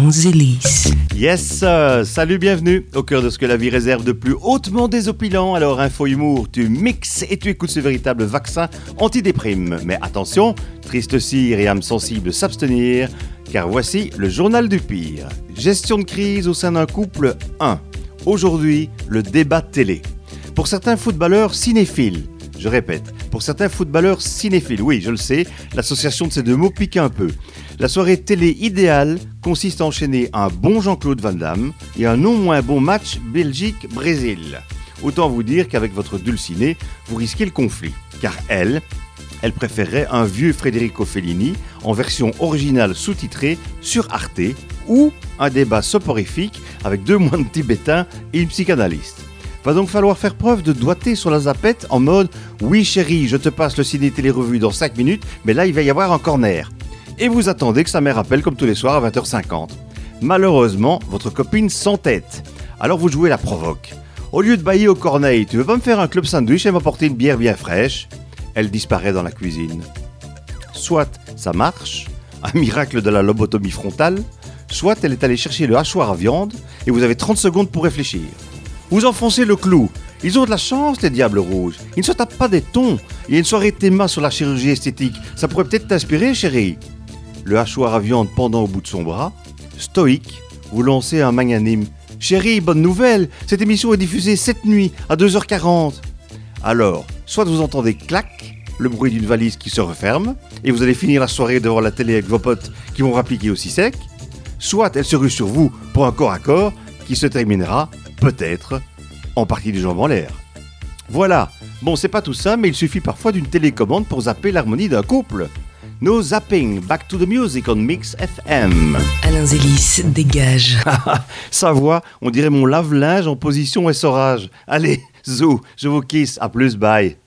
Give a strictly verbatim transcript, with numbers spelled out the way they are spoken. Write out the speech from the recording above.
Alain Zélis. Yes, euh, salut, bienvenue au cœur de ce que la vie réserve de plus hautement désopilant. Alors, info humour, tu mixes et tu écoutes ce véritable vaccin antidéprime. Mais attention, triste cire et âme sensible s'abstenir, car voici le journal du pire. Gestion de crise au sein d'un couple un. Aujourd'hui, le débat télé. Pour certains footballeurs cinéphiles, je répète, pour certains footballeurs cinéphiles, oui, je le sais, l'association de ces deux mots pique un peu. La soirée télé idéale consiste à enchaîner un bon Jean-Claude Van Damme et un non moins bon match Belgique-Brésil. Autant vous dire qu'avec votre dulcinée, vous risquez le conflit. Car elle, elle préférerait un vieux Federico Fellini en version originale sous-titrée sur Arte ou un débat soporifique avec deux moines tibétains et une psychanalyste. Va donc falloir faire preuve de doigté sur la zapette en mode « Oui chérie, je te passe le ciné-télé-revue dans cinq minutes, mais là il va y avoir un corner ». Et vous attendez que sa mère appelle comme tous les soirs à vingt heures cinquante. Malheureusement, votre copine s'entête. Alors vous jouez la provoque. Au lieu de bailler au corneille, tu veux pas me faire un club sandwich et m'apporter une bière bien fraîche ? Elle disparaît dans la cuisine. Soit ça marche, un miracle de la lobotomie frontale, soit elle est allée chercher le hachoir à viande et vous avez trente secondes pour réfléchir. Vous enfoncez le clou. Ils ont de la chance, les diables rouges. Ils ne se tapent pas des tons. Il y a une soirée théma sur la chirurgie esthétique. Ça pourrait peut-être t'inspirer, chérie. Le hachoir à viande pendant au bout de son bras. Stoïque, vous lancez un magnanime. Chérie, bonne nouvelle. Cette émission est diffusée cette nuit à deux heures quarante. Alors, soit vous entendez clac, le bruit d'une valise qui se referme, et vous allez finir la soirée devant la télé avec vos potes qui vont rappliquer aussi sec. Soit elle se rue sur vous pour un corps à corps qui se terminera peut-être en partie du jambes en l'air. Voilà, bon c'est pas tout ça, mais il suffit parfois d'une télécommande pour zapper l'harmonie d'un couple. No zapping, back to the music on Mix F M. Alain Zélis, dégage. Sa voix, on dirait mon lave-linge en position essorage. Allez, zou, je vous kiss, à plus, bye.